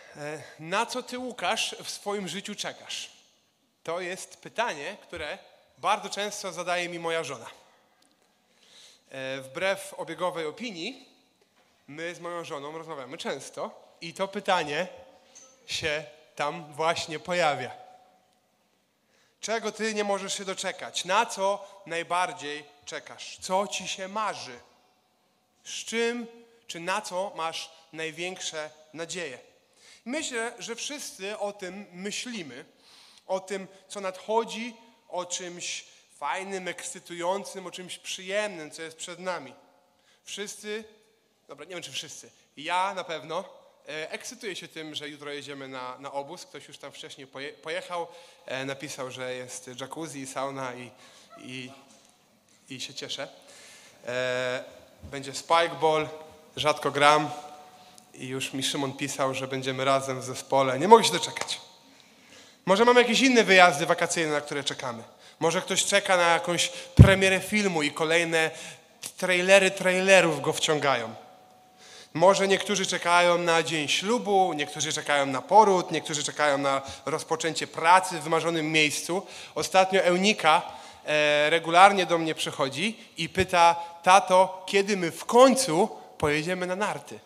Na co ty, Łukasz, w swoim życiu czekasz? To jest pytanie, które bardzo często zadaje mi moja żona. Wbrew obiegowej opinii, my z moją żoną rozmawiamy często i to pytanie się tam właśnie pojawia. Czego ty nie możesz się doczekać? Na co najbardziej czekasz? Co ci się marzy? Z czym czy na co masz największe nadzieje? Myślę, że wszyscy o tym myślimy, o tym, co nadchodzi, o czymś fajnym, ekscytującym, o czymś przyjemnym, co jest przed nami. Wszyscy, dobra, nie wiem czy wszyscy, ja na pewno ekscytuję się tym, że jutro jedziemy na obóz. Ktoś już tam wcześniej pojechał, napisał, że jest jacuzzi, sauna i się cieszę. Będzie spikeball, rzadko gram i już mi Szymon pisał, że będziemy razem w zespole. Nie mogę się doczekać. Może mamy jakieś inne wyjazdy wakacyjne, na które czekamy. Może ktoś czeka na jakąś premierę filmu i kolejne trailerów go wciągają. Może niektórzy czekają na dzień ślubu, niektórzy czekają na poród, niektórzy czekają na rozpoczęcie pracy w wymarzonym miejscu. Ostatnio Eunika regularnie do mnie przychodzi i pyta: tato, kiedy my w końcu pojedziemy na narty?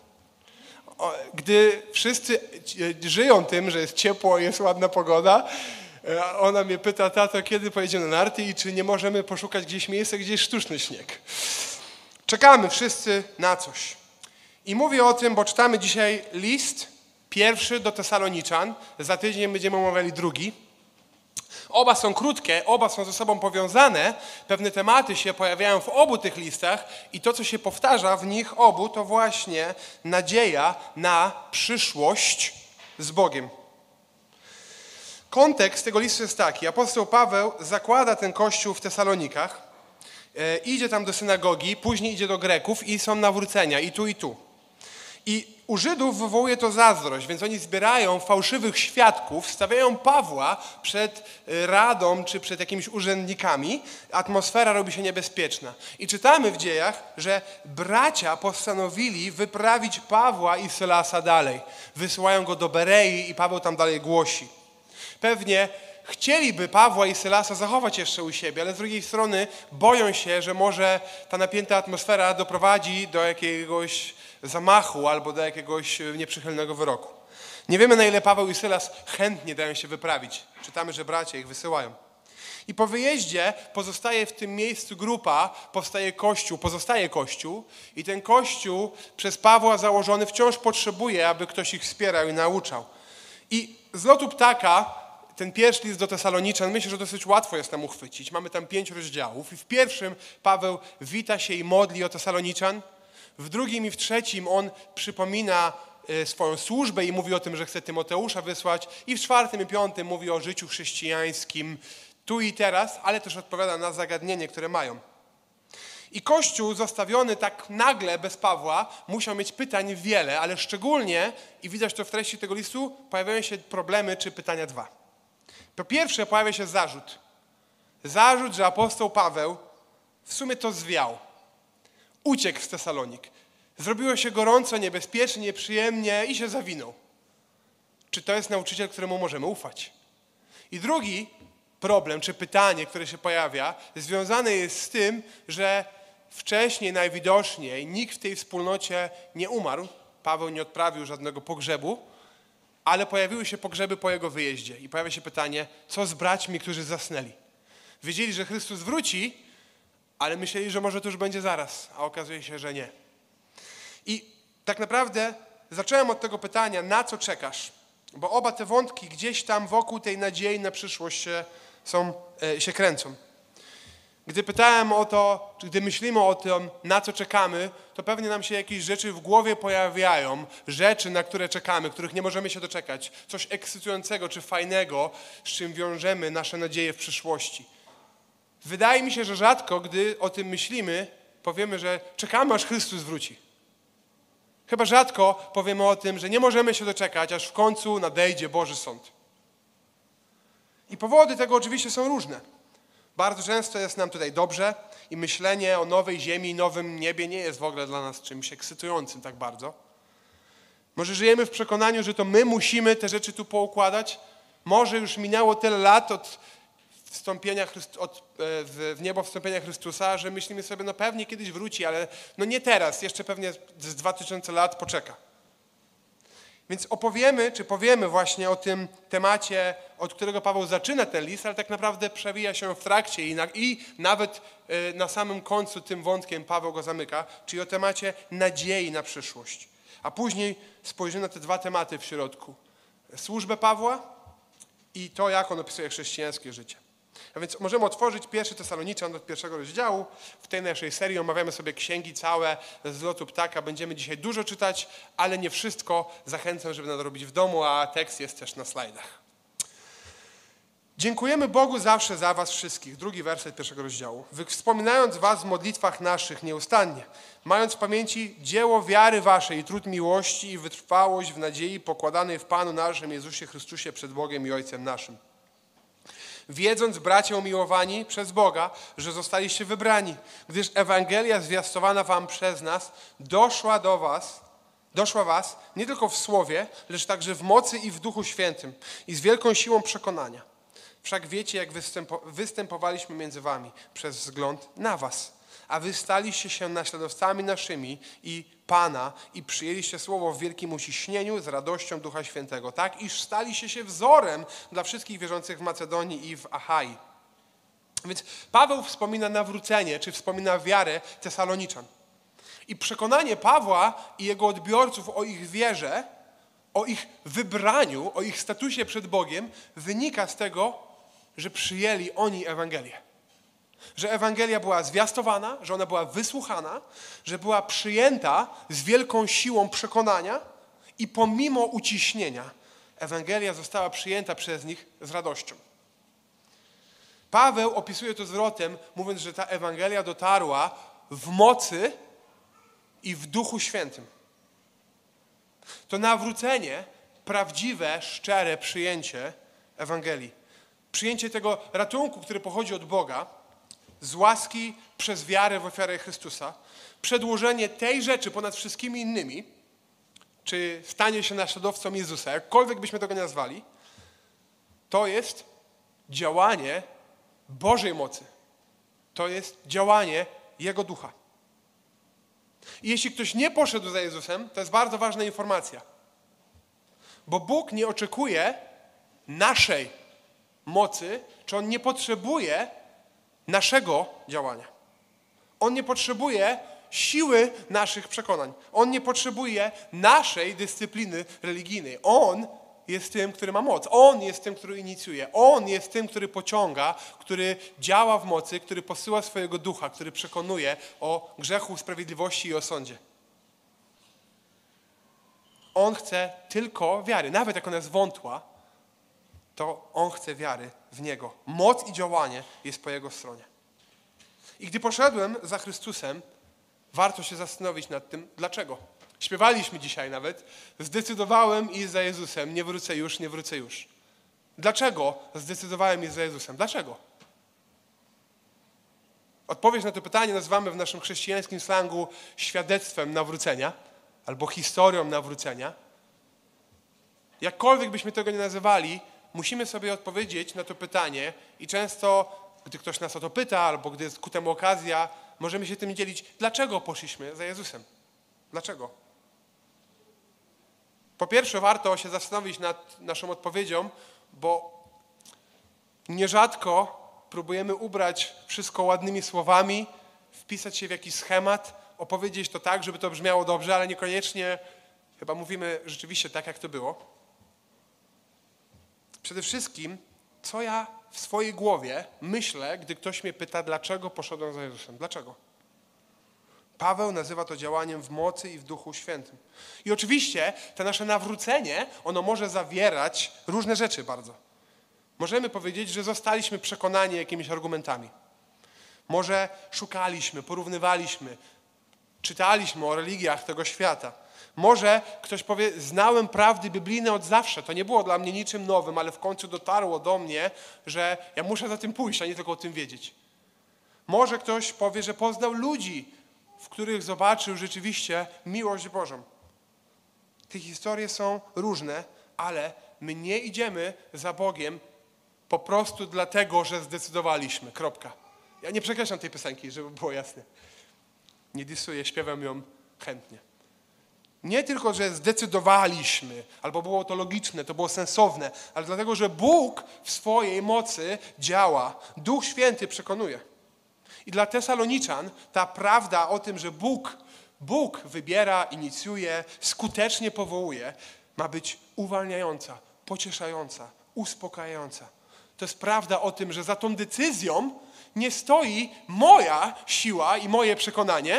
Gdy wszyscy żyją tym, że jest ciepło, jest ładna pogoda, ona mnie pyta: tato, kiedy pojedziemy na narty i czy nie możemy poszukać gdzieś miejsca, gdzie jest sztuczny śnieg. Czekamy wszyscy na coś. I mówię o tym, bo czytamy dzisiaj list pierwszy do Tesaloniczan. Za tydzień będziemy omawiali drugi. Oba są krótkie, oba są ze sobą powiązane. Pewne tematy się pojawiają w obu tych listach i to, co się powtarza w nich obu, to właśnie nadzieja na przyszłość z Bogiem. Kontekst tego listu jest taki. Apostoł Paweł zakłada ten kościół w Tesalonikach, idzie tam do synagogi, później idzie do Greków i są nawrócenia i tu, i tu. I u Żydów wywołuje to zazdrość, więc oni zbierają fałszywych świadków, stawiają Pawła przed radą czy przed jakimiś urzędnikami. Atmosfera robi się niebezpieczna. I czytamy w dziejach, że bracia postanowili wyprawić Pawła i Sylasa dalej. Wysyłają go do Berei i Paweł tam dalej głosi. Pewnie chcieliby Pawła i Sylasa zachować jeszcze u siebie, ale z drugiej strony boją się, że może ta napięta atmosfera doprowadzi do jakiegoś zamachu albo do jakiegoś nieprzychylnego wyroku. Nie wiemy, na ile Paweł i Sylas chętnie dają się wyprawić. Czytamy, że bracia ich wysyłają. I po wyjeździe pozostaje w tym miejscu grupa, pozostaje kościół i ten kościół przez Pawła założony wciąż potrzebuje, aby ktoś ich wspierał i nauczał. I z lotu ptaka ten pierwszy list do Tesaloniczan, myślę, że dosyć łatwo jest tam uchwycić. Mamy tam 5 rozdziałów i w pierwszym Paweł wita się i modli o Tesaloniczan. W drugim i w trzecim on przypomina swoją służbę i mówi o tym, że chce Tymoteusza wysłać. I w czwartym i piątym mówi o życiu chrześcijańskim tu i teraz, ale też odpowiada na zagadnienie, które mają. I Kościół zostawiony tak nagle bez Pawła musiał mieć pytań wiele, ale szczególnie, i widać to w treści tego listu, pojawiają się problemy czy pytania 2. Po pierwsze pojawia się zarzut. Zarzut, że apostoł Paweł w sumie to zwiał. Uciekł z Tesalonik. Zrobiło się gorąco, niebezpiecznie, nieprzyjemnie i się zawinął. Czy to jest nauczyciel, któremu możemy ufać? I drugi problem, czy pytanie, które się pojawia, związane jest z tym, że wcześniej najwidoczniej nikt w tej wspólnocie nie umarł. Paweł nie odprawił żadnego pogrzebu, ale pojawiły się pogrzeby po jego wyjeździe. I pojawia się pytanie, co z braćmi, którzy zasnęli? Wiedzieli, że Chrystus wróci, ale myśleli, że może to już będzie zaraz, a okazuje się, że nie. I tak naprawdę zacząłem od tego pytania, na co czekasz? Bo oba te wątki gdzieś tam wokół tej nadziei na przyszłość się kręcą. Gdy pytałem o to, czy gdy myślimy o tym, na co czekamy, to pewnie nam się jakieś rzeczy w głowie pojawiają, rzeczy, na które czekamy, których nie możemy się doczekać, coś ekscytującego czy fajnego, z czym wiążemy nasze nadzieje w przyszłości. Wydaje mi się, że rzadko, gdy o tym myślimy, powiemy, że czekamy, aż Chrystus wróci. Chyba rzadko powiemy o tym, że nie możemy się doczekać, aż w końcu nadejdzie Boży Sąd. I powody tego oczywiście są różne. Bardzo często jest nam tutaj dobrze i myślenie o nowej ziemi i nowym niebie nie jest w ogóle dla nas czymś ekscytującym tak bardzo. Może żyjemy w przekonaniu, że to my musimy te rzeczy tu poukładać. Może już minęło tyle lat od wstąpienia w niebo wstąpienia Chrystusa, że myślimy sobie, no pewnie kiedyś wróci, ale no nie teraz, jeszcze pewnie z 2000 lat poczeka. Więc powiemy właśnie o tym temacie, od którego Paweł zaczyna ten list, ale tak naprawdę przewija się w trakcie i nawet na samym końcu tym wątkiem Paweł go zamyka, czyli o temacie nadziei na przyszłość. A później spojrzymy na te dwa tematy w środku. Służbę Pawła i to, jak on opisuje chrześcijańskie życie. A więc możemy otworzyć 1 Tesaloniczan od 1 rozdziału. W tej naszej serii omawiamy sobie księgi całe z lotu ptaka. Będziemy dzisiaj dużo czytać, ale nie wszystko. Zachęcam, żeby nadrobić w domu, a tekst jest też na slajdach. Dziękujemy Bogu zawsze za was wszystkich. Drugi werset 1 rozdziału. Wspominając was w modlitwach naszych nieustannie, mając w pamięci dzieło wiary waszej i trud miłości i wytrwałość w nadziei pokładanej w Panu naszym Jezusie Chrystusie przed Bogiem i Ojcem naszym. Wiedząc, bracia umiłowani przez Boga, że zostaliście wybrani, gdyż Ewangelia zwiastowana wam przez nas doszła was nie tylko w słowie, lecz także w mocy i w Duchu Świętym i z wielką siłą przekonania. Wszak wiecie, jak występowaliśmy między wami przez wzgląd na was, a wy staliście się naśladowcami naszymi i Pana i przyjęliście słowo w wielkim uciśnieniu z radością Ducha Świętego, tak iż staliście się wzorem dla wszystkich wierzących w Macedonii i w Achai. Więc Paweł wspomina nawrócenie, czy wspomina wiarę Tesaloniczan. I przekonanie Pawła i jego odbiorców o ich wierze, o ich wybraniu, o ich statusie przed Bogiem wynika z tego, że przyjęli oni Ewangelię. Że Ewangelia była zwiastowana, że ona była wysłuchana, że była przyjęta z wielką siłą przekonania i pomimo uciśnienia Ewangelia została przyjęta przez nich z radością. Paweł opisuje to zwrotem, mówiąc, że ta Ewangelia dotarła w mocy i w Duchu Świętym. To nawrócenie, prawdziwe, szczere przyjęcie Ewangelii. Przyjęcie tego ratunku, który pochodzi od Boga, z łaski przez wiarę w ofiarę Chrystusa, przedłożenie tej rzeczy ponad wszystkimi innymi, czy stanie się naśladowcą Jezusa, jakkolwiek byśmy tego nie nazwali, to jest działanie Bożej mocy. To jest działanie Jego Ducha. I jeśli ktoś nie poszedł za Jezusem, to jest bardzo ważna informacja. Bo Bóg nie oczekuje naszej mocy, czy On nie potrzebuje naszego działania. On nie potrzebuje siły naszych przekonań. On nie potrzebuje naszej dyscypliny religijnej. On jest tym, który ma moc. On jest tym, który inicjuje. On jest tym, który pociąga, który działa w mocy, który posyła swojego ducha, który przekonuje o grzechu, sprawiedliwości i o sądzie. On chce tylko wiary. Nawet jak ona jest wątła, to On chce wiary w Niego. Moc i działanie jest po Jego stronie. I gdy poszedłem za Chrystusem, warto się zastanowić nad tym, dlaczego. Śpiewaliśmy dzisiaj nawet. Zdecydowałem iść za Jezusem. Nie wrócę już, nie wrócę już. Dlaczego zdecydowałem iść za Jezusem? Dlaczego? Odpowiedź na to pytanie nazywamy w naszym chrześcijańskim slangu świadectwem nawrócenia albo historią nawrócenia. Jakkolwiek byśmy tego nie nazywali, musimy sobie odpowiedzieć na to pytanie i często, gdy ktoś nas o to pyta albo gdy jest ku temu okazja, możemy się tym dzielić. Dlaczego poszliśmy za Jezusem? Dlaczego? Po pierwsze, warto się zastanowić nad naszą odpowiedzią, bo nierzadko próbujemy ubrać wszystko ładnymi słowami, wpisać się w jakiś schemat, opowiedzieć to tak, żeby to brzmiało dobrze, ale niekoniecznie chyba mówimy rzeczywiście tak, jak to było. Przede wszystkim, co ja w swojej głowie myślę, gdy ktoś mnie pyta, dlaczego poszedłem za Jezusem? Dlaczego? Paweł nazywa to działaniem w mocy i w Duchu Świętym. I oczywiście to nasze nawrócenie, ono może zawierać różne rzeczy bardzo. Możemy powiedzieć, że zostaliśmy przekonani jakimiś argumentami. Może szukaliśmy, porównywaliśmy, czytaliśmy o religiach tego świata. Może ktoś powie, znałem prawdy biblijne od zawsze, to nie było dla mnie niczym nowym, ale w końcu dotarło do mnie, że ja muszę za tym pójść, a nie tylko o tym wiedzieć. Może ktoś powie, że poznał ludzi, w których zobaczył rzeczywiście miłość Bożą. Te historie są różne, ale my nie idziemy za Bogiem po prostu dlatego, że zdecydowaliśmy. Kropka. Ja nie przekreślam tej piosenki, żeby było jasne. Nie dysuję, śpiewam ją chętnie. Nie tylko, że zdecydowaliśmy, albo było to logiczne, to było sensowne, ale dlatego, że Bóg w swojej mocy działa. Duch Święty przekonuje. I dla Tesaloniczan ta prawda o tym, że Bóg wybiera, inicjuje, skutecznie powołuje, ma być uwalniająca, pocieszająca, uspokajająca. To jest prawda o tym, że za tą decyzją nie stoi moja siła i moje przekonanie,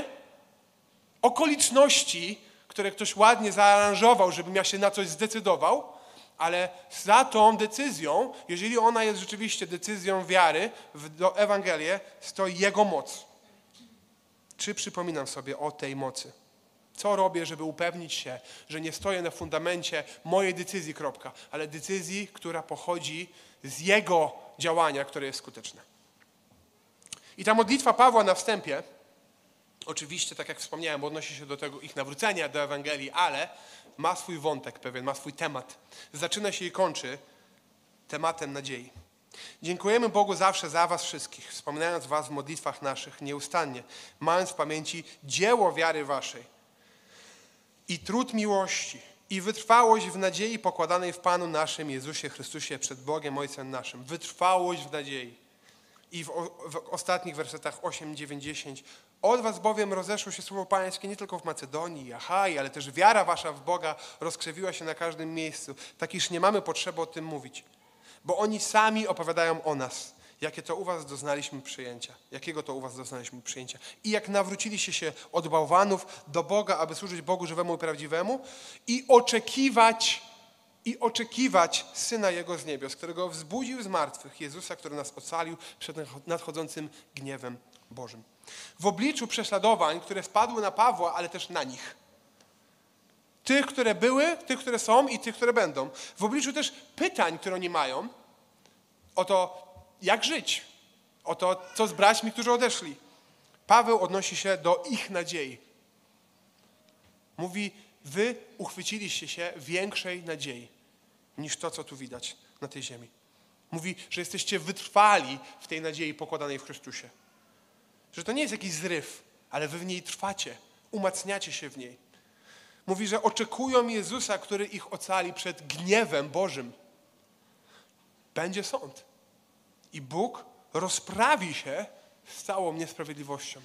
okoliczności, które ktoś ładnie zaaranżował, żebym ja się na coś zdecydował, ale za tą decyzją, jeżeli ona jest rzeczywiście decyzją wiary w Ewangelię, stoi Jego moc. Czy przypominam sobie o tej mocy? Co robię, żeby upewnić się, że nie stoję na fundamencie mojej decyzji, kropka, ale decyzji, która pochodzi z Jego działania, które jest skuteczne. I ta modlitwa Pawła na wstępie, oczywiście, tak jak wspomniałem, odnosi się do tego ich nawrócenia, do Ewangelii, ale ma swój wątek pewien, ma swój temat. Zaczyna się i kończy tematem nadziei. Dziękujemy Bogu zawsze za was wszystkich, wspominając was w modlitwach naszych nieustannie, mając w pamięci dzieło wiary waszej i trud miłości i wytrwałość w nadziei pokładanej w Panu naszym Jezusie Chrystusie przed Bogiem Ojcem naszym. Wytrwałość w nadziei. I w ostatnich wersetach 8, 9, 10. Od was bowiem rozeszło się słowo pańskie nie tylko w Macedonii i Achai, ale też wiara wasza w Boga rozkrzewiła się na każdym miejscu, tak iż nie mamy potrzeby o tym mówić. Bo oni sami opowiadają o nas, jakiego to u was doznaliśmy przyjęcia. I jak nawróciliście się od bałwanów do Boga, aby służyć Bogu żywemu i prawdziwemu i oczekiwać Syna Jego z niebios, którego wzbudził z martwych, Jezusa, który nas ocalił przed nadchodzącym gniewem Bożym. W obliczu prześladowań, które spadły na Pawła, ale też na nich. Tych, które były, tych, które są i tych, które będą. W obliczu też pytań, które oni mają o to, jak żyć, o to, co z braćmi, którzy odeszli. Paweł odnosi się do ich nadziei. Mówi, wy uchwyciliście się większej nadziei niż to, co tu widać na tej ziemi. Mówi, że jesteście wytrwali w tej nadziei pokładanej w Chrystusie. Że to nie jest jakiś zryw, ale wy w niej trwacie, umacniacie się w niej. Mówi, że oczekują Jezusa, który ich ocali przed gniewem Bożym. Będzie sąd. I Bóg rozprawi się z całą niesprawiedliwością.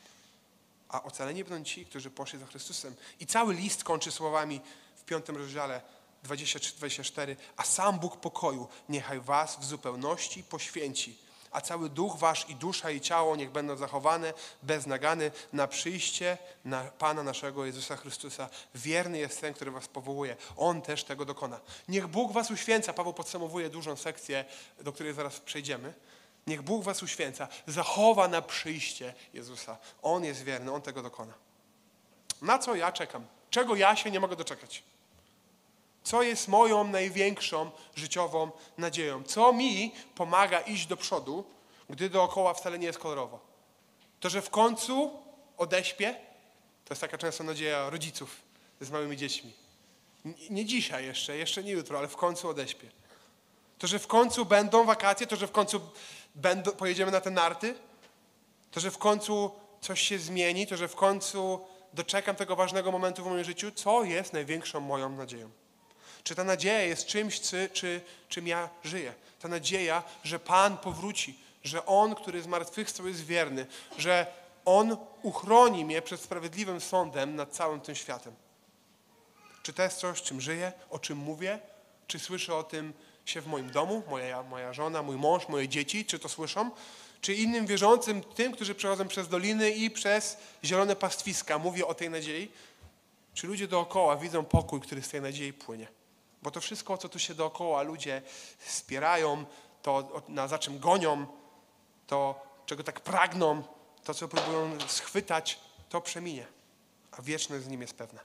A ocaleni będą ci, którzy poszli za Chrystusem. I cały list kończy słowami w 5 rozdziale 23-24. A sam Bóg pokoju niechaj was w zupełności poświęci. A cały duch wasz i dusza i ciało niech będą zachowane bez nagany na przyjście na Pana naszego Jezusa Chrystusa. Wierny jest ten, który was powołuje. On też tego dokona. Niech Bóg was uświęca. Paweł podsumowuje dużą sekcję, do której zaraz przejdziemy. Niech Bóg was uświęca. Zachowa na przyjście Jezusa. On jest wierny. On tego dokona. Na co ja czekam? Czego ja się nie mogę doczekać? Co jest moją największą życiową nadzieją? Co mi pomaga iść do przodu, gdy dookoła wcale nie jest kolorowo? To, że w końcu odeśpię, to jest taka często nadzieja rodziców z małymi dziećmi. Nie dzisiaj jeszcze nie jutro, ale w końcu odeśpię. To, że w końcu będą wakacje, to, że w końcu pojedziemy na te narty, to, że w końcu coś się zmieni, to, że w końcu doczekam tego ważnego momentu w moim życiu, co jest największą moją nadzieją? Czy ta nadzieja jest czymś, czym ja żyję? Ta nadzieja, że Pan powróci, że On, który zmartwychwstał, jest wierny, że On uchroni mnie przed sprawiedliwym sądem nad całym tym światem. Czy to jest coś, czym żyję, o czym mówię? Czy słyszę o tym się w moim domu? Moja żona, mój mąż, moje dzieci, czy to słyszą? Czy innym wierzącym, tym, którzy przechodzą przez doliny i przez zielone pastwiska, mówię o tej nadziei? Czy ludzie dookoła widzą pokój, który z tej nadziei płynie? Bo to wszystko, co tu się dookoła ludzie wspierają, to za czym gonią, to czego tak pragną, to co próbują schwytać, to przeminie. A wieczność z nim jest pewna.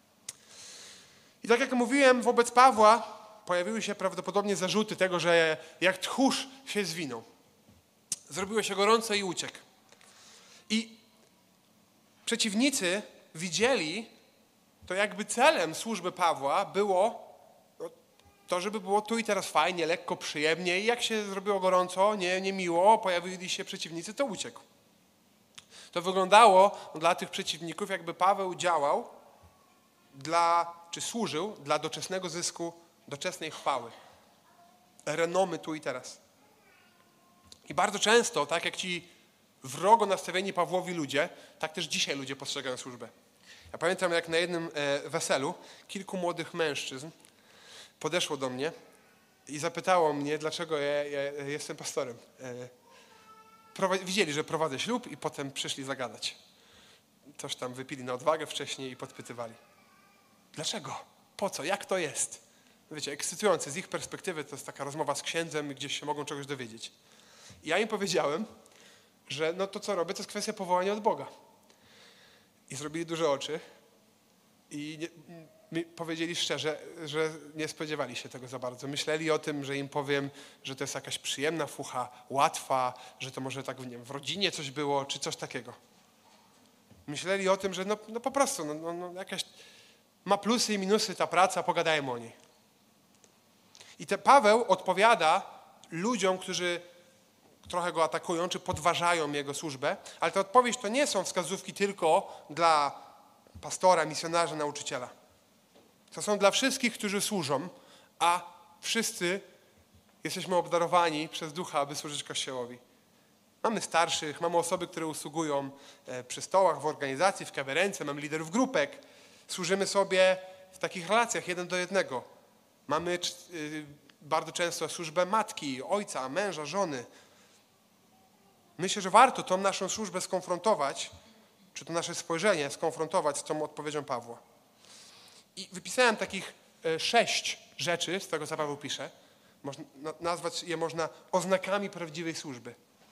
I tak jak mówiłem, wobec Pawła pojawiły się prawdopodobnie zarzuty tego, że jak tchórz się zwinął. Zrobiło się gorąco i uciekł. I przeciwnicy widzieli to jakby celem służby Pawła było to, żeby było tu i teraz fajnie, lekko, przyjemnie i jak się zrobiło gorąco, niemiło, pojawili się przeciwnicy, to uciekł. To wyglądało dla tych przeciwników, jakby Paweł działał czy służył dla doczesnego zysku, doczesnej chwały, renomy tu i teraz. I bardzo często, tak jak ci wrogo nastawieni Pawłowi ludzie, tak też dzisiaj ludzie postrzegają służbę. Ja pamiętam, jak na jednym weselu kilku młodych mężczyzn podeszło do mnie i zapytało mnie, dlaczego ja jestem pastorem. Widzieli, że prowadzę ślub i potem przyszli zagadać. Coś tam wypili na odwagę wcześniej i podpytywali. Dlaczego? Po co? Jak to jest? Wiecie, ekscytujące. Z ich perspektywy to jest taka rozmowa z księdzem, gdzieś się mogą czegoś dowiedzieć. I ja im powiedziałem, że no to co robię, to jest kwestia powołania od Boga. I zrobili duże oczy i mi powiedzieli szczerze, że nie spodziewali się tego za bardzo. Myśleli o tym, że im powiem, że to jest jakaś przyjemna fucha, łatwa, że to może tak, nie wiem, w rodzinie coś było, czy coś takiego. Myśleli o tym, że no po prostu jakaś ma plusy i minusy ta praca, pogadajmy o niej. I Paweł odpowiada ludziom, którzy trochę go atakują, czy podważają jego służbę, ale ta odpowiedź to nie są wskazówki tylko dla pastora, misjonarza, nauczyciela. To są dla wszystkich, którzy służą, a wszyscy jesteśmy obdarowani przez Ducha, aby służyć Kościołowi. Mamy starszych, mamy osoby, które usługują przy stołach, w organizacji, w kawiarence, mamy liderów grupek. Służymy sobie w takich relacjach 1 do 1. Mamy bardzo często służbę matki, ojca, męża, żony. Myślę, że warto tą naszą służbę skonfrontować, czy to nasze spojrzenie skonfrontować z tą odpowiedzią Pawła. I wypisałem takich 6 rzeczy z tego, co Paweł pisze. Nazwać je można oznakami prawdziwej służby.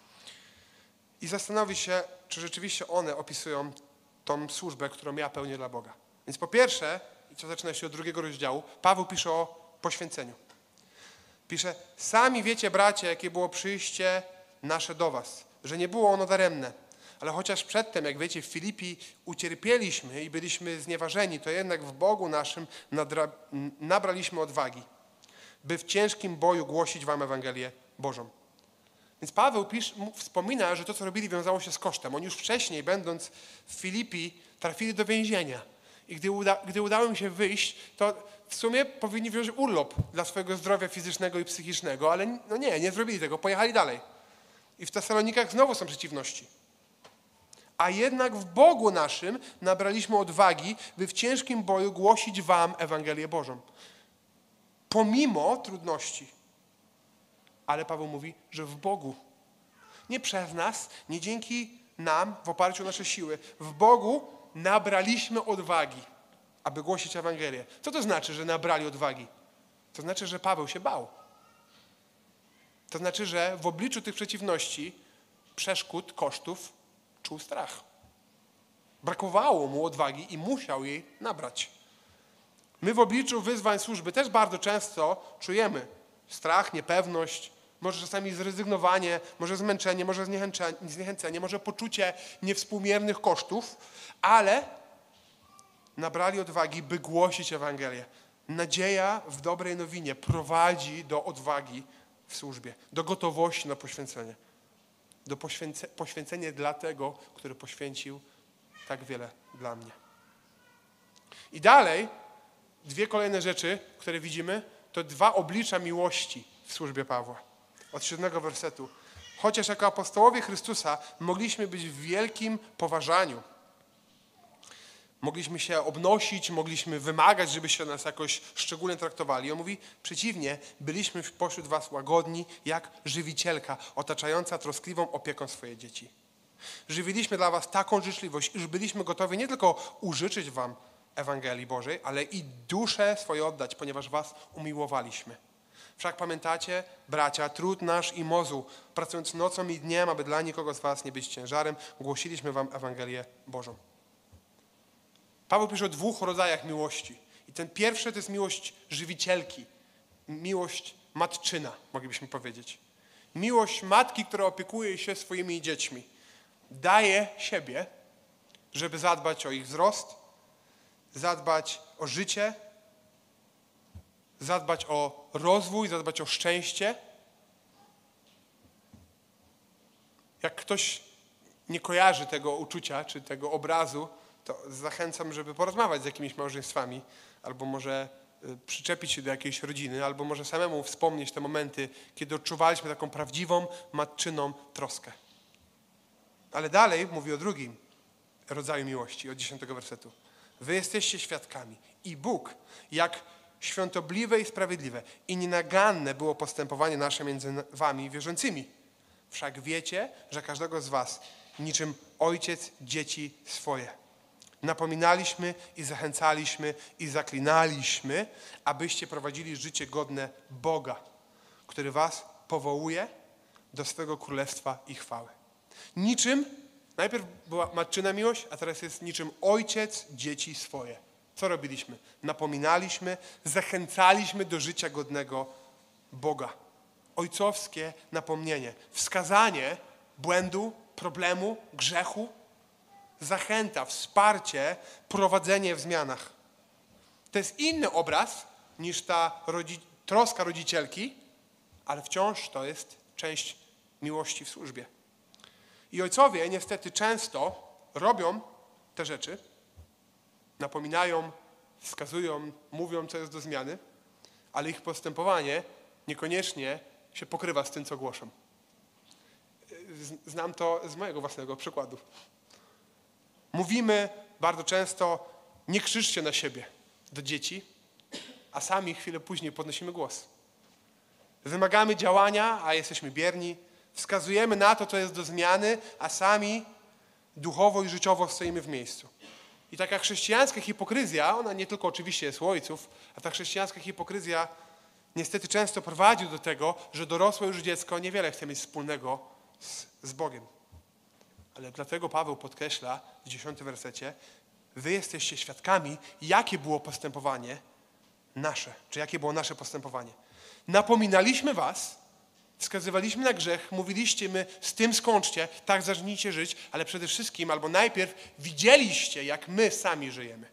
I zastanowić się, czy rzeczywiście one opisują tą służbę, którą ja pełnię dla Boga. Więc po pierwsze, i to zaczyna się od 2 rozdziału, Paweł pisze o poświęceniu. Pisze, sami wiecie, bracia, jakie było przyjście nasze do was, że nie było ono daremne. Ale chociaż przedtem, jak wiecie, w Filipi ucierpieliśmy i byliśmy znieważeni, to jednak w Bogu naszym nabraliśmy odwagi, by w ciężkim boju głosić wam Ewangelię Bożą. Więc Paweł wspomina, że to, co robili, wiązało się z kosztem. Oni już wcześniej, będąc w Filipi, trafili do więzienia. I gdy udało im się wyjść, to w sumie powinni wziąć urlop dla swojego zdrowia fizycznego i psychicznego, ale nie zrobili tego, pojechali dalej. I w Tesalonikach znowu są przeciwności. A jednak w Bogu naszym nabraliśmy odwagi, by w ciężkim boju głosić wam Ewangelię Bożą. Pomimo trudności. Ale Paweł mówi, że w Bogu. Nie przez nas, nie dzięki nam, w oparciu o nasze siły. W Bogu nabraliśmy odwagi, aby głosić Ewangelię. Co to znaczy, że nabrali odwagi? To znaczy, że Paweł się bał. To znaczy, że w obliczu tych przeciwności, przeszkód, kosztów, czuł strach. Brakowało mu odwagi i musiał jej nabrać. My w obliczu wyzwań służby też bardzo często czujemy strach, niepewność, może czasami zrezygnowanie, może zmęczenie, może zniechęcenie, może poczucie niewspółmiernych kosztów, ale nabrali odwagi, by głosić Ewangelię. Nadzieja w dobrej nowinie prowadzi do odwagi w służbie, do gotowości na poświęcenie. Do poświęcenia dla tego, który poświęcił tak wiele dla mnie. I dalej 2 kolejne rzeczy, które widzimy, to 2 oblicza miłości w służbie Pawła. Od 7 wersetu. Chociaż jako apostołowie Chrystusa mogliśmy być w wielkim poważaniu. Mogliśmy się obnosić, mogliśmy wymagać, żebyście nas jakoś szczególnie traktowali. On mówi, przeciwnie, byliśmy pośród was łagodni, jak żywicielka otaczająca troskliwą opieką swoje dzieci. Żywiliśmy dla was taką życzliwość, iż byliśmy gotowi nie tylko użyczyć wam Ewangelii Bożej, ale i duszę swoje oddać, ponieważ was umiłowaliśmy. Wszak pamiętacie, bracia, trud nasz i mozu, pracując nocą i dniem, aby dla nikogo z was nie być ciężarem, głosiliśmy wam Ewangelię Bożą. Paweł pisze o 2 rodzajach miłości. I ten pierwszy to jest miłość żywicielki, miłość matczyna, moglibyśmy powiedzieć. Miłość matki, która opiekuje się swoimi dziećmi. Daje siebie, żeby zadbać o ich wzrost, zadbać o życie, zadbać o rozwój, zadbać o szczęście. Jak ktoś nie kojarzy tego uczucia czy tego obrazu, to zachęcam, żeby porozmawiać z jakimiś małżeństwami, albo może przyczepić się do jakiejś rodziny, albo może samemu wspomnieć te momenty, kiedy odczuwaliśmy taką prawdziwą, matczyną troskę. Ale dalej mówi o drugim rodzaju miłości, od 10 wersetu. Wy jesteście świadkami i Bóg, jak świątobliwe i sprawiedliwe i nienaganne było postępowanie nasze między wami wierzącymi. Wszak wiecie, że każdego z was niczym ojciec dzieci swoje napominaliśmy i zachęcaliśmy i zaklinaliśmy, abyście prowadzili życie godne Boga, który was powołuje do swego królestwa i chwały. Niczym, najpierw była matczyna miłość, a teraz jest niczym ojciec dzieci swoje. Co robiliśmy? Napominaliśmy, zachęcaliśmy do życia godnego Boga. Ojcowskie napomnienie, wskazanie błędu, problemu, grzechu, zachęta, wsparcie, prowadzenie w zmianach. To jest inny obraz niż ta troska rodzicielki, ale wciąż to jest część miłości w służbie. I ojcowie niestety często robią te rzeczy, napominają, wskazują, mówią, co jest do zmiany, ale ich postępowanie niekoniecznie się pokrywa z tym, co głoszą. Znam to z mojego własnego przykładu. Mówimy bardzo często, nie krzyczcie na siebie do dzieci, a sami chwilę później podnosimy głos. Wymagamy działania, a jesteśmy bierni. Wskazujemy na to, co jest do zmiany, a sami duchowo i życiowo stoimy w miejscu. I taka chrześcijańska hipokryzja, ona nie tylko oczywiście jest u ojców, a ta chrześcijańska hipokryzja niestety często prowadzi do tego, że dorosłe już dziecko niewiele chce mieć wspólnego z Bogiem. Ale dlatego Paweł podkreśla w 10 wersecie, wy jesteście świadkami, jakie było postępowanie nasze, czy jakie było nasze postępowanie. Napominaliśmy was, wskazywaliśmy na grzech, mówiliście my, z tym skończcie, tak zacznijcie żyć, ale przede wszystkim, albo najpierw widzieliście, jak my sami żyjemy.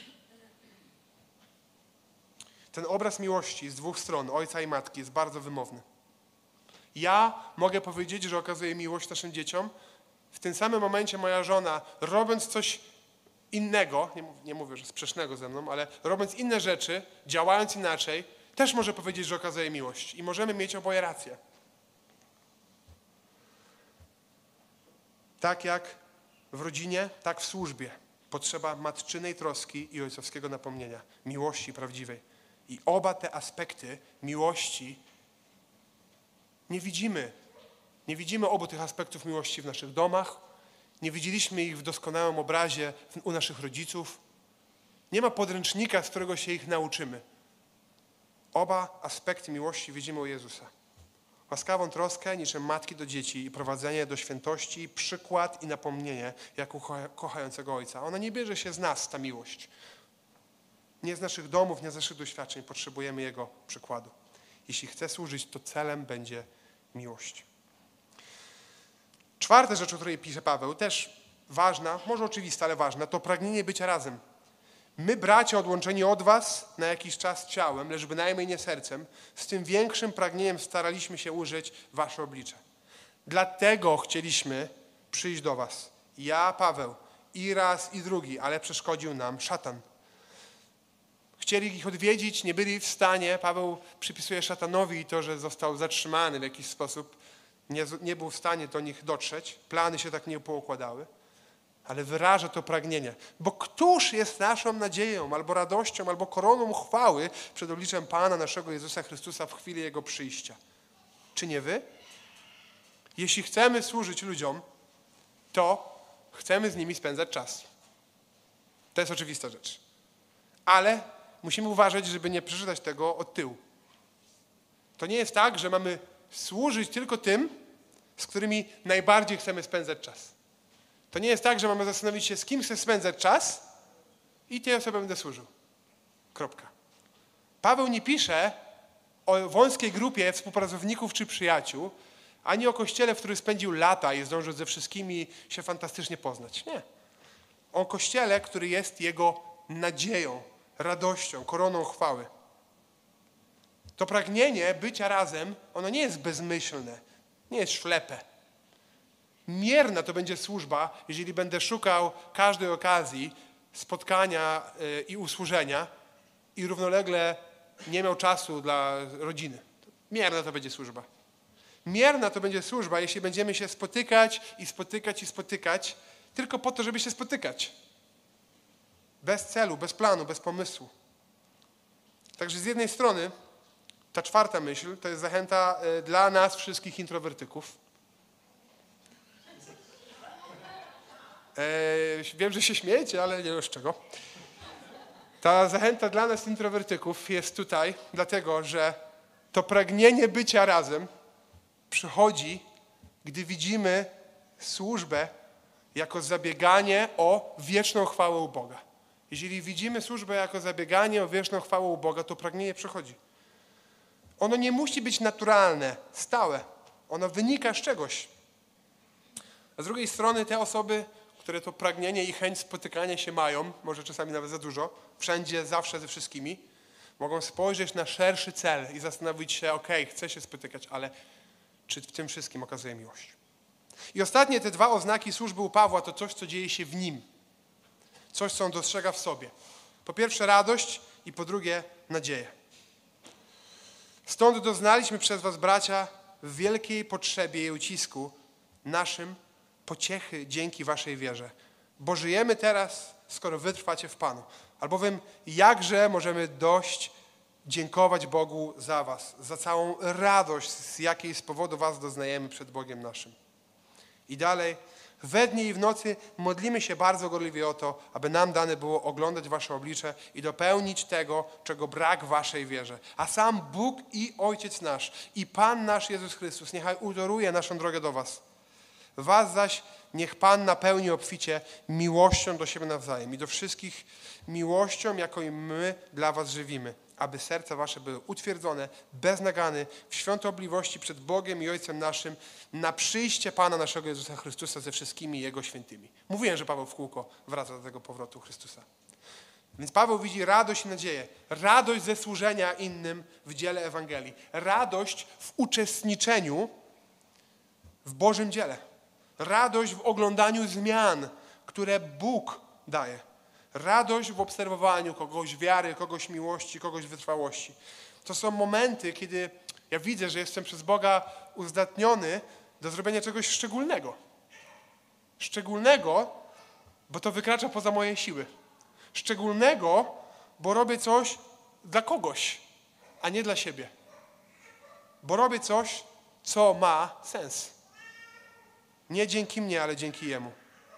Ten obraz miłości z dwóch stron, ojca i matki, jest bardzo wymowny. Ja mogę powiedzieć, że okazuję miłość naszym dzieciom. W tym samym momencie moja żona, robiąc coś innego, nie mówię, że sprzecznego ze mną, ale robiąc inne rzeczy, działając inaczej, też może powiedzieć, że okazuje miłość. I możemy mieć oboje rację. Tak jak w rodzinie, tak w służbie. Potrzeba matczynej troski i ojcowskiego napomnienia. Miłości prawdziwej. I oba te aspekty miłości nie widzimy. Nie widzimy obu tych aspektów miłości w naszych domach. Nie widzieliśmy ich w doskonałym obrazie u naszych rodziców. Nie ma podręcznika, z którego się ich nauczymy. Oba aspekty miłości widzimy u Jezusa. Łaskawą troskę niczym matki do dzieci i prowadzenie do świętości, przykład i napomnienie jak u kochającego Ojca. Ona nie bierze się z nas, ta miłość. Nie z naszych domów, nie z naszych doświadczeń potrzebujemy Jego przykładu. Jeśli chce służyć, to celem będzie miłość. Czwarta rzecz, o której pisze Paweł, też ważna, może oczywista, ale ważna, to pragnienie bycia razem. My, bracia, odłączeni od was na jakiś czas ciałem, lecz bynajmniej nie sercem, z tym większym pragnieniem staraliśmy się ujrzeć wasze oblicze. Dlatego chcieliśmy przyjść do was. Ja, Paweł, i raz, i drugi, ale przeszkodził nam szatan. Chcieli ich odwiedzić, nie byli w stanie. Paweł przypisuje szatanowi to, że został zatrzymany w jakiś sposób. Nie był w stanie do nich dotrzeć. Plany się tak nie poukładały. Ale wyraża to pragnienie. Bo któż jest naszą nadzieją, albo radością, albo koroną chwały przed obliczem Pana naszego Jezusa Chrystusa w chwili Jego przyjścia? Czy nie wy? Jeśli chcemy służyć ludziom, to chcemy z nimi spędzać czas. To jest oczywista rzecz. Ale musimy uważać, żeby nie przeczytać tego od tyłu. To nie jest tak, że mamy służyć tylko tym, z którymi najbardziej chcemy spędzać czas. To nie jest tak, że mamy zastanowić się, z kim chcę spędzać czas i tej osobie będę służył. Kropka. Paweł nie pisze o wąskiej grupie współpracowników czy przyjaciół, ani o kościele, w którym spędził lata i zdążył ze wszystkimi się fantastycznie poznać. Nie. O kościele, który jest jego nadzieją, radością, koroną chwały. To pragnienie bycia razem, ono nie jest bezmyślne, nie jest ślepe. Mierna to będzie służba, jeżeli będę szukał każdej okazji spotkania i usłużenia i równolegle nie miał czasu dla rodziny. Mierna to będzie służba. Mierna to będzie służba, jeśli będziemy się spotykać i spotykać i spotykać, tylko po to, żeby się spotykać. Bez celu, bez planu, bez pomysłu. Także z jednej strony ta czwarta myśl to jest zachęta dla nas wszystkich introwertyków. Wiem, że się śmiejecie, ale nie wiem z czego. Ta zachęta dla nas introwertyków jest tutaj, dlatego że to pragnienie bycia razem przychodzi, gdy widzimy służbę jako zabieganie o wieczną chwałę u Boga. Jeżeli widzimy służbę jako zabieganie o wieczną chwałę u Boga, to pragnienie przychodzi. Ono nie musi być naturalne, stałe. Ono wynika z czegoś. A z drugiej strony te osoby, które to pragnienie i chęć spotykania się mają, może czasami nawet za dużo, wszędzie, zawsze, ze wszystkimi, mogą spojrzeć na szerszy cel i zastanowić się, chcę się spotykać, ale czy w tym wszystkim okazuje miłość? I ostatnie te dwa oznaki służby u Pawła to coś, co dzieje się w nim. Coś, co on dostrzega w sobie. Po pierwsze radość i po drugie nadzieję. Stąd doznaliśmy przez was, bracia, w wielkiej potrzebie i ucisku naszym pociechy dzięki waszej wierze. Bo żyjemy teraz, skoro wy trwacie w Panu. Albowiem jakże możemy dość dziękować Bogu za was, za całą radość, z jakiej z powodu was doznajemy przed Bogiem naszym. I dalej, we dnie i w nocy modlimy się bardzo gorliwie o to, aby nam dane było oglądać wasze oblicze i dopełnić tego, czego brak w waszej wierze. A sam Bóg i Ojciec nasz i Pan nasz Jezus Chrystus niechaj utoruje naszą drogę do was. Was zaś niech Pan napełni obficie miłością do siebie nawzajem i do wszystkich miłością, jaką i my dla was żywimy, aby serca wasze były utwierdzone, bez nagany, w świątobliwości przed Bogiem i Ojcem naszym, na przyjście Pana naszego Jezusa Chrystusa ze wszystkimi Jego świętymi. Mówiłem, że Paweł w kółko wraca do tego powrotu Chrystusa. Więc Paweł widzi radość i nadzieję. Radość ze służenia innym w dziele Ewangelii. Radość w uczestniczeniu w Bożym dziele. Radość w oglądaniu zmian, które Bóg daje. Radość w obserwowaniu kogoś wiary, kogoś miłości, kogoś wytrwałości. To są momenty, kiedy ja widzę, że jestem przez Boga uzdatniony do zrobienia czegoś szczególnego. Szczególnego, bo to wykracza poza moje siły. Szczególnego, bo robię coś dla kogoś, a nie dla siebie. Bo robię coś, co ma sens. Nie dzięki mnie, ale dzięki Jemu.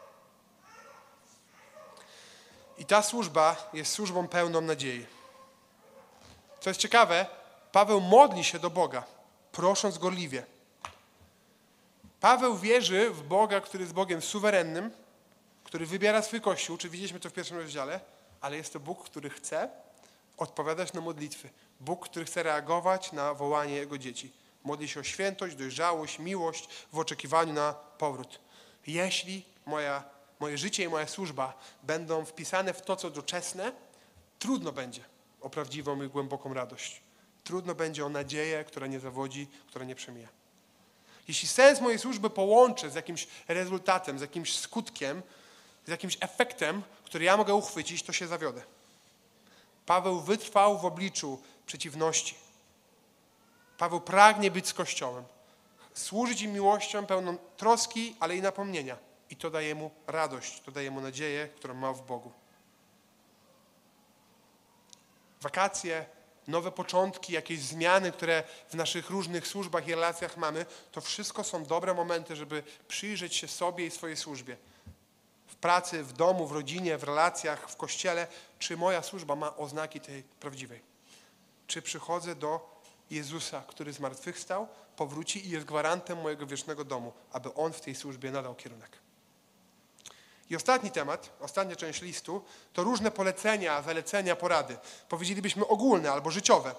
I ta służba jest służbą pełną nadziei. Co jest ciekawe, Paweł modli się do Boga, prosząc gorliwie. Paweł wierzy w Boga, który jest Bogiem suwerennym, który wybiera swój Kościół, czy widzieliśmy to w pierwszym rozdziale, ale jest to Bóg, który chce odpowiadać na modlitwy. Bóg, który chce reagować na wołanie Jego dzieci. Modli się o świętość, dojrzałość, miłość w oczekiwaniu na powrót. Jeśli moje życie i moja służba będą wpisane w to, co doczesne, trudno będzie o prawdziwą i głęboką radość. Trudno będzie o nadzieję, która nie zawodzi, która nie przemija. Jeśli sens mojej służby połączę z jakimś rezultatem, z jakimś skutkiem, z jakimś efektem, który ja mogę uchwycić, to się zawiodę. Paweł wytrwał w obliczu przeciwności. Paweł pragnie być z Kościołem. Służyć im miłością pełną troski, ale i napomnienia. I to daje mu radość, to daje mu nadzieję, którą ma w Bogu. Wakacje, nowe początki, jakieś zmiany, które w naszych różnych służbach i relacjach mamy, to wszystko są dobre momenty, żeby przyjrzeć się sobie i swojej służbie. W pracy, w domu, w rodzinie, w relacjach, w kościele. Czy moja służba ma oznaki tej prawdziwej? Czy przychodzę do Jezusa, który zmartwychwstał, powróci i jest gwarantem mojego wiecznego domu, aby On w tej służbie nadał kierunek. I ostatni temat, ostatnia część listu, to różne polecenia, zalecenia, porady. Powiedzielibyśmy ogólne albo życiowe.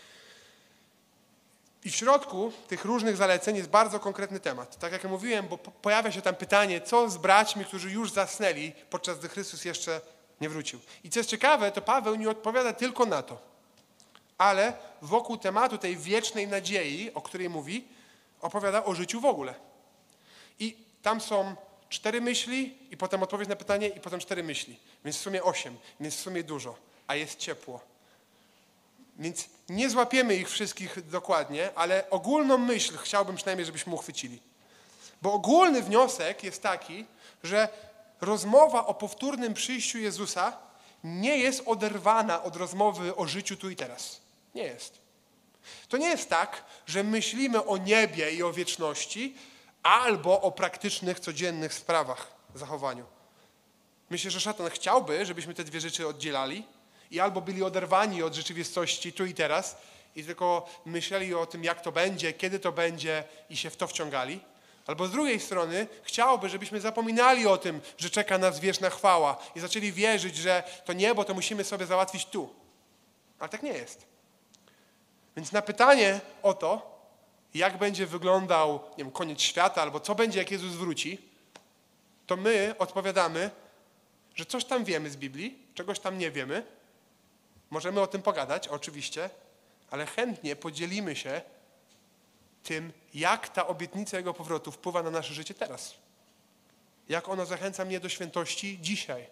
I w środku tych różnych zaleceń jest bardzo konkretny temat. Tak jak mówiłem, bo pojawia się tam pytanie, co z braćmi, którzy już zasnęli, podczas gdy Chrystus jeszcze Nie wrócił. I co jest ciekawe, to Paweł nie odpowiada tylko na to, ale wokół tematu tej wiecznej nadziei, o której mówi, opowiada o życiu w ogóle. I tam są 4 myśli i potem odpowiedź na pytanie i potem 4 myśli. Więc w sumie 8, więc w sumie dużo, a jest ciepło. Więc nie złapiemy ich wszystkich dokładnie, ale ogólną myśl chciałbym przynajmniej, żebyśmy uchwycili. Bo ogólny wniosek jest taki, że rozmowa o powtórnym przyjściu Jezusa nie jest oderwana od rozmowy o życiu tu i teraz. Nie jest. To nie jest tak, że myślimy o niebie i o wieczności albo o praktycznych, codziennych sprawach, zachowaniu. Myślę, że szatan chciałby, żebyśmy te dwie rzeczy oddzielali i albo byli oderwani od rzeczywistości tu i teraz i tylko myśleli o tym, jak to będzie, kiedy to będzie i się w to wciągali. Albo z drugiej strony chciałby, żebyśmy zapominali o tym, że czeka nas wieczna chwała i zaczęli wierzyć, że to niebo to musimy sobie załatwić tu. Ale tak nie jest. Więc na pytanie o to, jak będzie wyglądał, nie wiem, koniec świata albo co będzie, jak Jezus wróci, to my odpowiadamy, że coś tam wiemy z Biblii, czegoś tam nie wiemy. Możemy o tym pogadać, oczywiście, ale chętnie podzielimy się tym, jak ta obietnica Jego powrotu wpływa na nasze życie teraz. Jak ona zachęca mnie do świętości dzisiaj.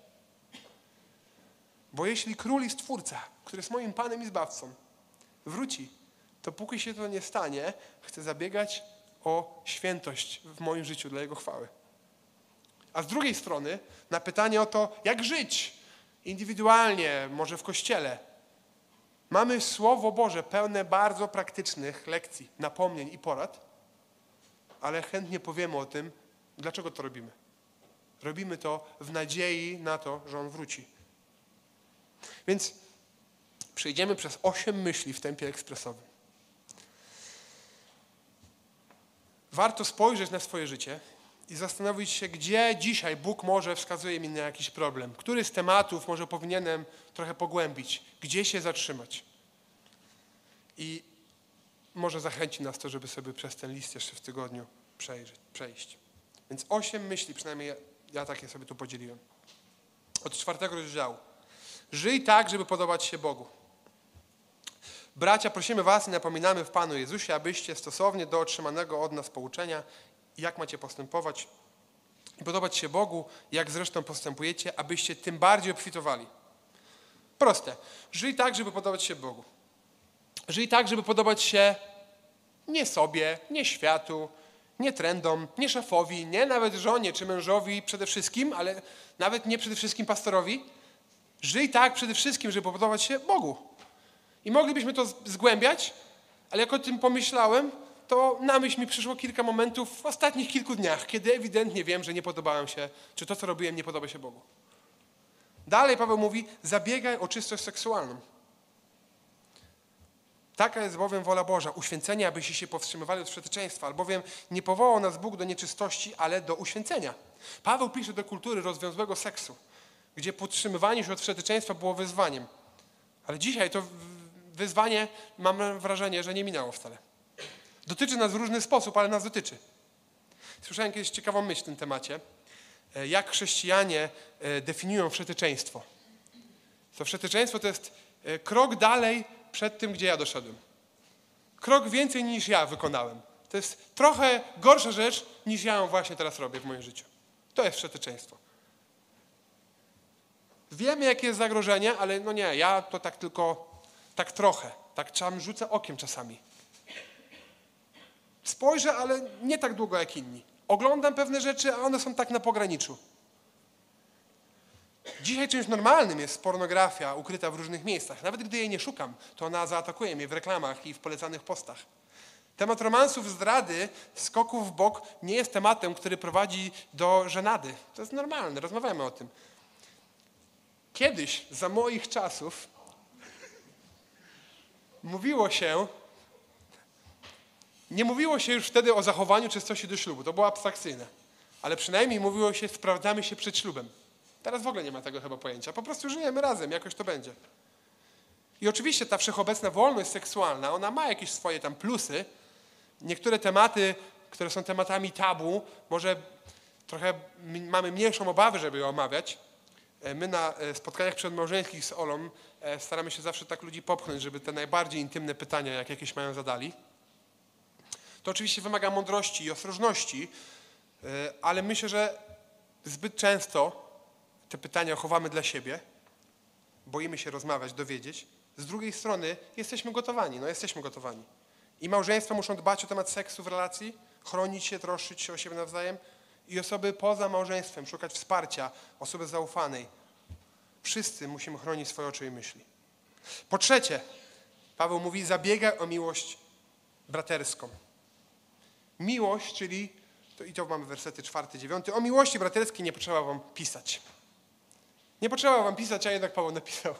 Bo jeśli Król i Stwórca, który jest moim Panem i Zbawcą, wróci, to póki się to nie stanie, chcę zabiegać o świętość w moim życiu dla Jego chwały. A z drugiej strony na pytanie o to, jak żyć indywidualnie, może w Kościele, mamy Słowo Boże pełne bardzo praktycznych lekcji, napomnień i porad, ale chętnie powiemy o tym, dlaczego to robimy. Robimy to w nadziei na to, że On wróci. Więc przejdziemy przez 8 myśli w tempie ekspresowym. Warto spojrzeć na swoje życie i zastanowić się, gdzie dzisiaj Bóg może wskazuje mi na jakiś problem. Który z tematów może powinienem trochę pogłębić, gdzie się zatrzymać. I może zachęci nas to, żeby sobie przez ten list jeszcze w tygodniu przejść. Więc 8 myśli, przynajmniej ja takie sobie tu podzieliłem. Od 4 rozdziału. Żyj tak, żeby podobać się Bogu. Bracia, prosimy was i napominamy w Panu Jezusie, abyście stosownie do otrzymanego od nas pouczenia, jak macie postępować i podobać się Bogu, jak zresztą postępujecie, abyście tym bardziej obfitowali. Proste. Żyj tak, żeby podobać się Bogu. Żyj tak, żeby podobać się nie sobie, nie światu, nie trendom, nie szefowi, nie nawet żonie czy mężowi przede wszystkim, ale nawet nie przede wszystkim pastorowi. Żyj tak przede wszystkim, żeby podobać się Bogu. I moglibyśmy to zgłębiać, ale jak o tym pomyślałem, to na myśl mi przyszło kilka momentów w ostatnich kilku dniach, kiedy ewidentnie wiem, że nie podobałem się, czy to, co robiłem, nie podoba się Bogu. Dalej Paweł mówi, zabiegaj o czystość seksualną. Taka jest bowiem wola Boża, uświęcenia, abyście się powstrzymywali od wszeteczeństwa, albowiem nie powołał nas Bóg do nieczystości, ale do uświęcenia. Paweł pisze do kultury rozwiązłego seksu, gdzie podtrzymywanie się od wszeteczeństwa było wyzwaniem. Ale dzisiaj to wyzwanie, mam wrażenie, że nie minęło wcale. Dotyczy nas w różny sposób, ale nas dotyczy. Słyszałem kiedyś ciekawą myśl w tym temacie. Jak chrześcijanie definiują wszeteczeństwo. To wszeteczeństwo to jest krok dalej przed tym, gdzie ja doszedłem. Krok więcej niż ja wykonałem. To jest trochę gorsza rzecz, niż ja ją właśnie teraz robię w moim życiu. To jest wszeteczeństwo. Wiemy, jakie jest zagrożenie, ale no nie, ja to tak tylko, tak trochę. Tak czasem rzucę okiem czasami. Spojrzę, ale nie tak długo jak inni. Oglądam pewne rzeczy, a one są tak na pograniczu. Dzisiaj czymś normalnym jest pornografia ukryta w różnych miejscach. Nawet gdy jej nie szukam, to ona zaatakuje mnie w reklamach i w polecanych postach. Temat romansów, zdrady, skoków w bok nie jest tematem, który prowadzi do żenady. To jest normalne, rozmawiamy o tym. Kiedyś, za moich czasów, nie mówiło się już wtedy o zachowaniu czystości do ślubu. To było abstrakcyjne. Ale przynajmniej mówiło się, sprawdzamy się przed ślubem. Teraz w ogóle nie ma tego chyba pojęcia. Po prostu żyjemy razem, jakoś to będzie. I oczywiście ta wszechobecna wolność seksualna, ona ma jakieś swoje tam plusy. Niektóre tematy, które są tematami tabu, może trochę mamy mniejszą obawę, żeby je omawiać. My na spotkaniach przedmałżeńskich z Olą staramy się zawsze tak ludzi popchnąć, żeby te najbardziej intymne pytania, jak jakieś mają, zadali. To oczywiście wymaga mądrości i ostrożności, ale myślę, że zbyt często te pytania chowamy dla siebie, boimy się rozmawiać, dowiedzieć. Z drugiej strony jesteśmy gotowani, jesteśmy gotowani. I małżeństwa muszą dbać o temat seksu w relacji, chronić się, troszczyć się o siebie nawzajem i osoby poza małżeństwem, szukać wsparcia, osoby zaufanej. Wszyscy musimy chronić swoje oczy i myśli. Po trzecie, Paweł mówi, zabiegaj o miłość braterską. Miłość, czyli, to mamy wersety 4, 9, o miłości braterskiej nie potrzeba wam pisać. Nie potrzeba wam pisać, a jednak Paweł napisał.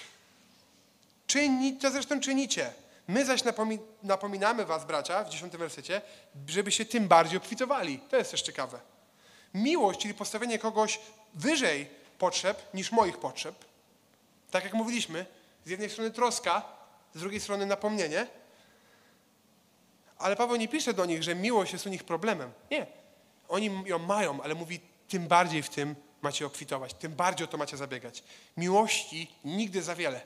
To zresztą czynicie. My zaś napominamy was, bracia, w 10 wersecie, żeby się tym bardziej obfitowali. To jest też ciekawe. Miłość, czyli postawienie kogoś wyżej potrzeb niż moich potrzeb. Tak jak mówiliśmy, z jednej strony troska, z drugiej strony napomnienie. Ale Paweł nie pisze do nich, że miłość jest u nich problemem. Nie. Oni ją mają, ale mówi, tym bardziej w tym macie obfitować, tym bardziej o to macie zabiegać. Miłości nigdy za wiele.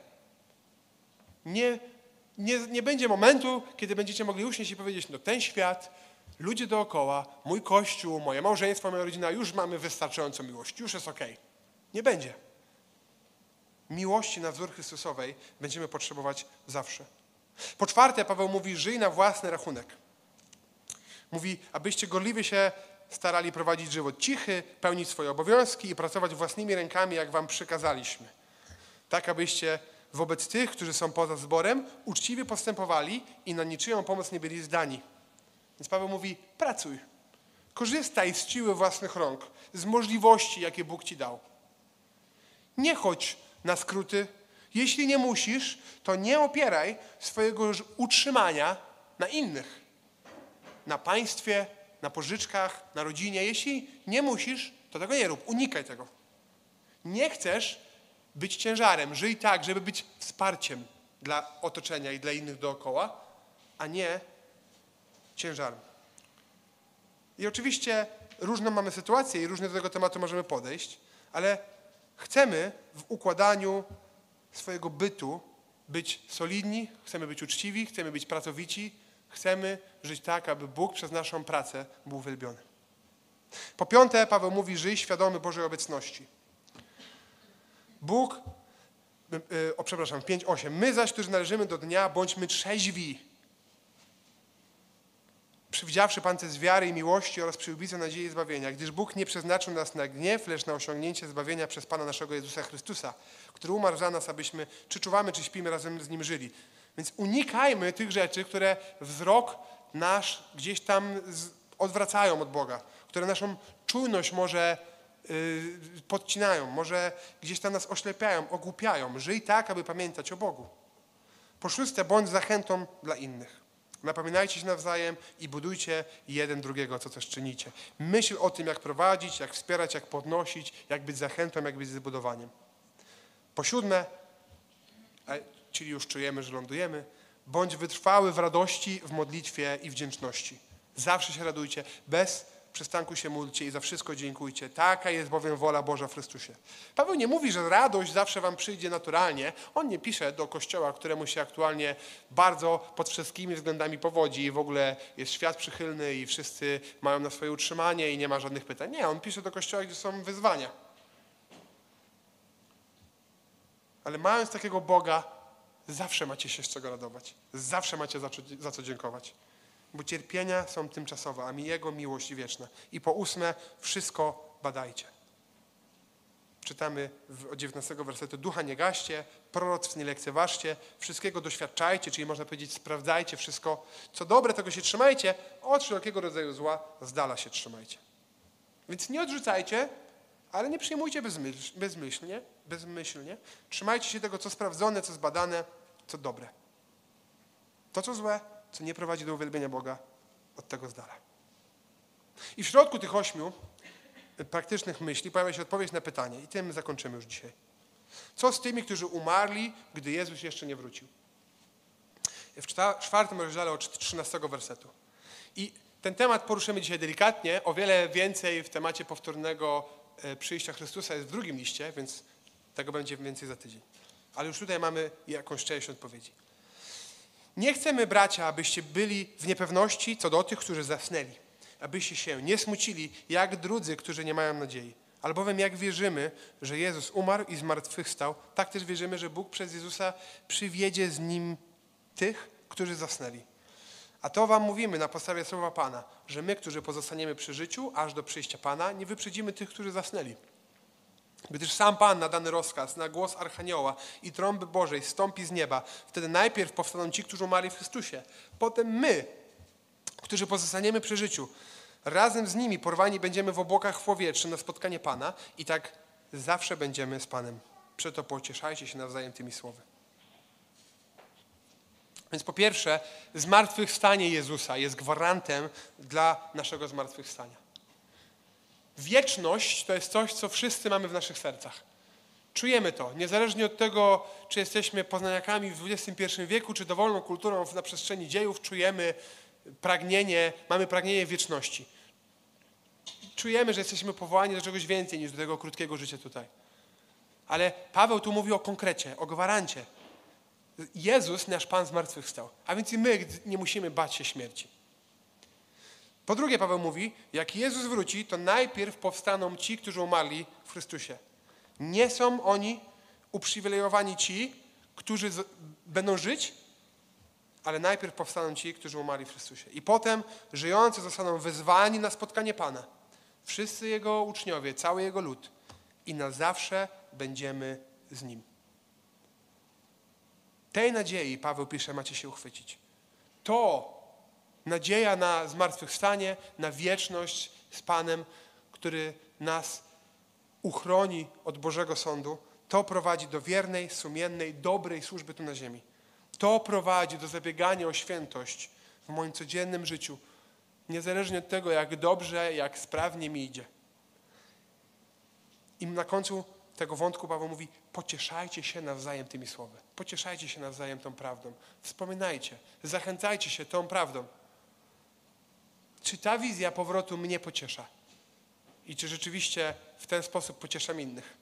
Nie będzie momentu, kiedy będziecie mogli usiąść i powiedzieć, ten świat, ludzie dookoła, mój Kościół, moje małżeństwo, moja rodzina, już mamy wystarczająco miłości, już jest okej. Nie będzie. Miłości na wzór Chrystusowej będziemy potrzebować zawsze. Po czwarte, Paweł mówi, żyj na własny rachunek. Mówi, abyście gorliwie się starali prowadzić żywot cichy, pełnić swoje obowiązki i pracować własnymi rękami, jak wam przykazaliśmy. Tak, abyście wobec tych, którzy są poza zborem, uczciwie postępowali i na niczyją pomoc nie byli zdani. Więc Paweł mówi, pracuj. Korzystaj z siły własnych rąk, z możliwości, jakie Bóg ci dał. Nie chodź na skróty. Jeśli nie musisz, to nie opieraj swojego utrzymania na innych. Na państwie, na pożyczkach, na rodzinie. Jeśli nie musisz, to tego nie rób. Unikaj tego. Nie chcesz być ciężarem. Żyj tak, żeby być wsparciem dla otoczenia i dla innych dookoła, a nie ciężarem. I oczywiście różne mamy sytuacje i różnie do tego tematu możemy podejść, ale chcemy w układaniu swojego bytu być solidni, chcemy być uczciwi, chcemy być pracowici, chcemy żyć tak, aby Bóg przez naszą pracę był uwielbiony. Po piąte, Paweł mówi, żyj świadomy Bożej obecności. Bóg, 5:8. My zaś, którzy należymy do dnia, bądźmy trzeźwi, przywdziawszy pance z wiary i miłości oraz przyłbicę nadziei i zbawienia, gdyż Bóg nie przeznaczył nas na gniew, lecz na osiągnięcie zbawienia przez Pana naszego Jezusa Chrystusa, który umarł za nas, abyśmy czy czuwamy, czy śpimy, razem z Nim żyli. Więc unikajmy tych rzeczy, które wzrok nasz gdzieś tam odwracają od Boga, które naszą czujność może podcinają, może gdzieś tam nas oślepiają, ogłupiają. Żyj tak, aby pamiętać o Bogu. Po szóste, bądź zachętą dla innych. Napominajcie się nawzajem i budujcie jeden drugiego, co też czynicie. Myśl o tym, jak prowadzić, jak wspierać, jak podnosić, jak być zachętą, jak być zbudowaniem. Po siódme, czyli już czujemy, że lądujemy, bądź wytrwały w radości, w modlitwie i wdzięczności. Zawsze się radujcie, bez przystanku się módlcie i za wszystko dziękujcie. Taka jest bowiem wola Boża w Chrystusie. Paweł nie mówi, że radość zawsze wam przyjdzie naturalnie. On nie pisze do kościoła, któremu się aktualnie bardzo pod wszystkimi względami powodzi i w ogóle jest świat przychylny i wszyscy mają na swoje utrzymanie i nie ma żadnych pytań. Nie, on pisze do kościoła, gdzie są wyzwania. Ale mając takiego Boga, zawsze macie się z czego radować. Zawsze macie za co dziękować. Bo cierpienia są tymczasowe, a Jego miłość wieczna. I po ósme, wszystko badajcie. Czytamy od 19 wersetu, ducha nie gaście, proroctw nie lekceważcie, wszystkiego doświadczajcie, czyli można powiedzieć sprawdzajcie wszystko. Co dobre, tego się trzymajcie, od wszelkiego rodzaju zła z dala się trzymajcie. Więc nie odrzucajcie, ale nie przyjmujcie bezmyślnie. Trzymajcie się tego, co sprawdzone, co zbadane, co dobre. To, co złe, co nie prowadzi do uwielbienia Boga, od tego z dala. I w środku tych 8 praktycznych myśli pojawia się odpowiedź na pytanie i tym zakończymy już dzisiaj. Co z tymi, którzy umarli, gdy Jezus jeszcze nie wrócił? W 4 rozdziale od 13 wersetu. I ten temat poruszymy dzisiaj delikatnie, o wiele więcej w temacie powtórnego przyjścia Chrystusa jest w drugim liście, więc tego będzie więcej za tydzień. Ale już tutaj mamy jakąś część odpowiedzi. Nie chcemy, bracia, abyście byli w niepewności co do tych, którzy zasnęli, abyście się nie smucili, jak drudzy, którzy nie mają nadziei. Albowiem jak wierzymy, że Jezus umarł i zmartwychwstał, tak też wierzymy, że Bóg przez Jezusa przywiedzie z Nim tych, którzy zasnęli. A to wam mówimy na podstawie słowa Pana, że my, którzy pozostaniemy przy życiu, aż do przyjścia Pana, nie wyprzedzimy tych, którzy zasnęli. Gdyż sam Pan na dany rozkaz, na głos Archanioła i trąby Bożej stąpi z nieba. Wtedy najpierw powstaną ci, którzy umarli w Chrystusie. Potem my, którzy pozostaniemy przy życiu, razem z nimi porwani będziemy w obłokach w powietrze na spotkanie Pana i tak zawsze będziemy z Panem. Przeto pocieszajcie się nawzajem tymi słowy. Więc po pierwsze, zmartwychwstanie Jezusa jest gwarantem dla naszego zmartwychwstania. Wieczność to jest coś, co wszyscy mamy w naszych sercach. Czujemy to, niezależnie od tego, czy jesteśmy poznaniakami w XXI wieku, czy dowolną kulturą na przestrzeni dziejów, czujemy pragnienie, mamy pragnienie wieczności. Czujemy, że jesteśmy powołani do czegoś więcej niż do tego krótkiego życia tutaj. Ale Paweł tu mówi o konkrecie, o gwarancie. Jezus, nasz Pan, zmartwychwstał, a więc i my nie musimy bać się śmierci. Po drugie, Paweł mówi, jak Jezus wróci, to najpierw powstaną ci, którzy umarli w Chrystusie. Nie są oni uprzywilejowani ci, którzy będą żyć, ale najpierw powstaną ci, którzy umarli w Chrystusie. I potem żyjący zostaną wezwani na spotkanie Pana. Wszyscy Jego uczniowie, cały Jego lud. I na zawsze będziemy z Nim. Tej nadziei, Paweł pisze, macie się uchwycić. To nadzieja na zmartwychwstanie, na wieczność z Panem, który nas uchroni od Bożego Sądu, to prowadzi do wiernej, sumiennej, dobrej służby tu na ziemi. To prowadzi do zabiegania o świętość w moim codziennym życiu, niezależnie od tego, jak dobrze, jak sprawnie mi idzie. I na końcu tego wątku Paweł mówi, pocieszajcie się nawzajem tymi słowy. Pocieszajcie się nawzajem tą prawdą. Wspominajcie, zachęcajcie się tą prawdą. Czy ta wizja powrotu mnie pociesza? I czy rzeczywiście w ten sposób pocieszam innych?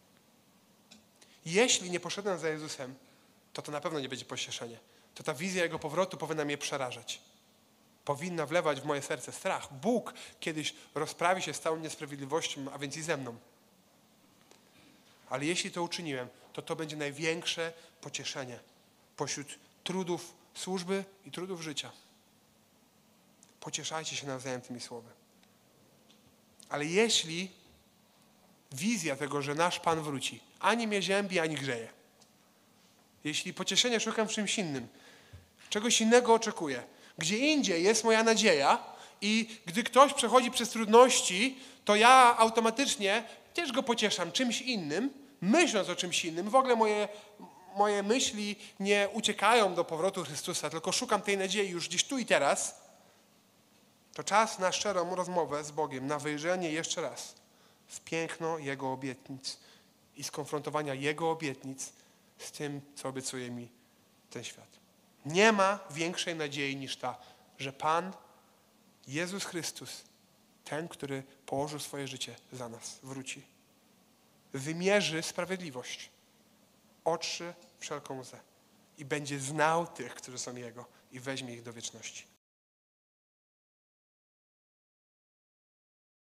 Jeśli nie poszedłem za Jezusem, to na pewno nie będzie pocieszenie. To ta wizja Jego powrotu powinna mnie przerażać. Powinna wlewać w moje serce strach. Bóg kiedyś rozprawi się z całą niesprawiedliwością, a więc i ze mną. Ale jeśli to uczyniłem, to będzie największe pocieszenie pośród trudów służby i trudów życia. Pocieszajcie się nawzajem tymi słowy. Ale jeśli wizja tego, że nasz Pan wróci, ani mnie ziębi, ani grzeje. Jeśli pocieszenia szukam w czymś innym, czegoś innego oczekuję, gdzie indziej jest moja nadzieja i gdy ktoś przechodzi przez trudności, to ja automatycznie też go pocieszam czymś innym, myśląc o czymś innym. W ogóle moje myśli nie uciekają do powrotu Chrystusa, tylko szukam tej nadziei już gdzieś tu i teraz. To czas na szczerą rozmowę z Bogiem, na wyjrzenie jeszcze raz w piękno Jego obietnic i skonfrontowania Jego obietnic z tym, co obiecuje mi ten świat. Nie ma większej nadziei niż ta, że Pan, Jezus Chrystus, ten, który położył swoje życie za nas, wróci. Wymierzy sprawiedliwość, otrze wszelką łzę i będzie znał tych, którzy są Jego i weźmie ich do wieczności.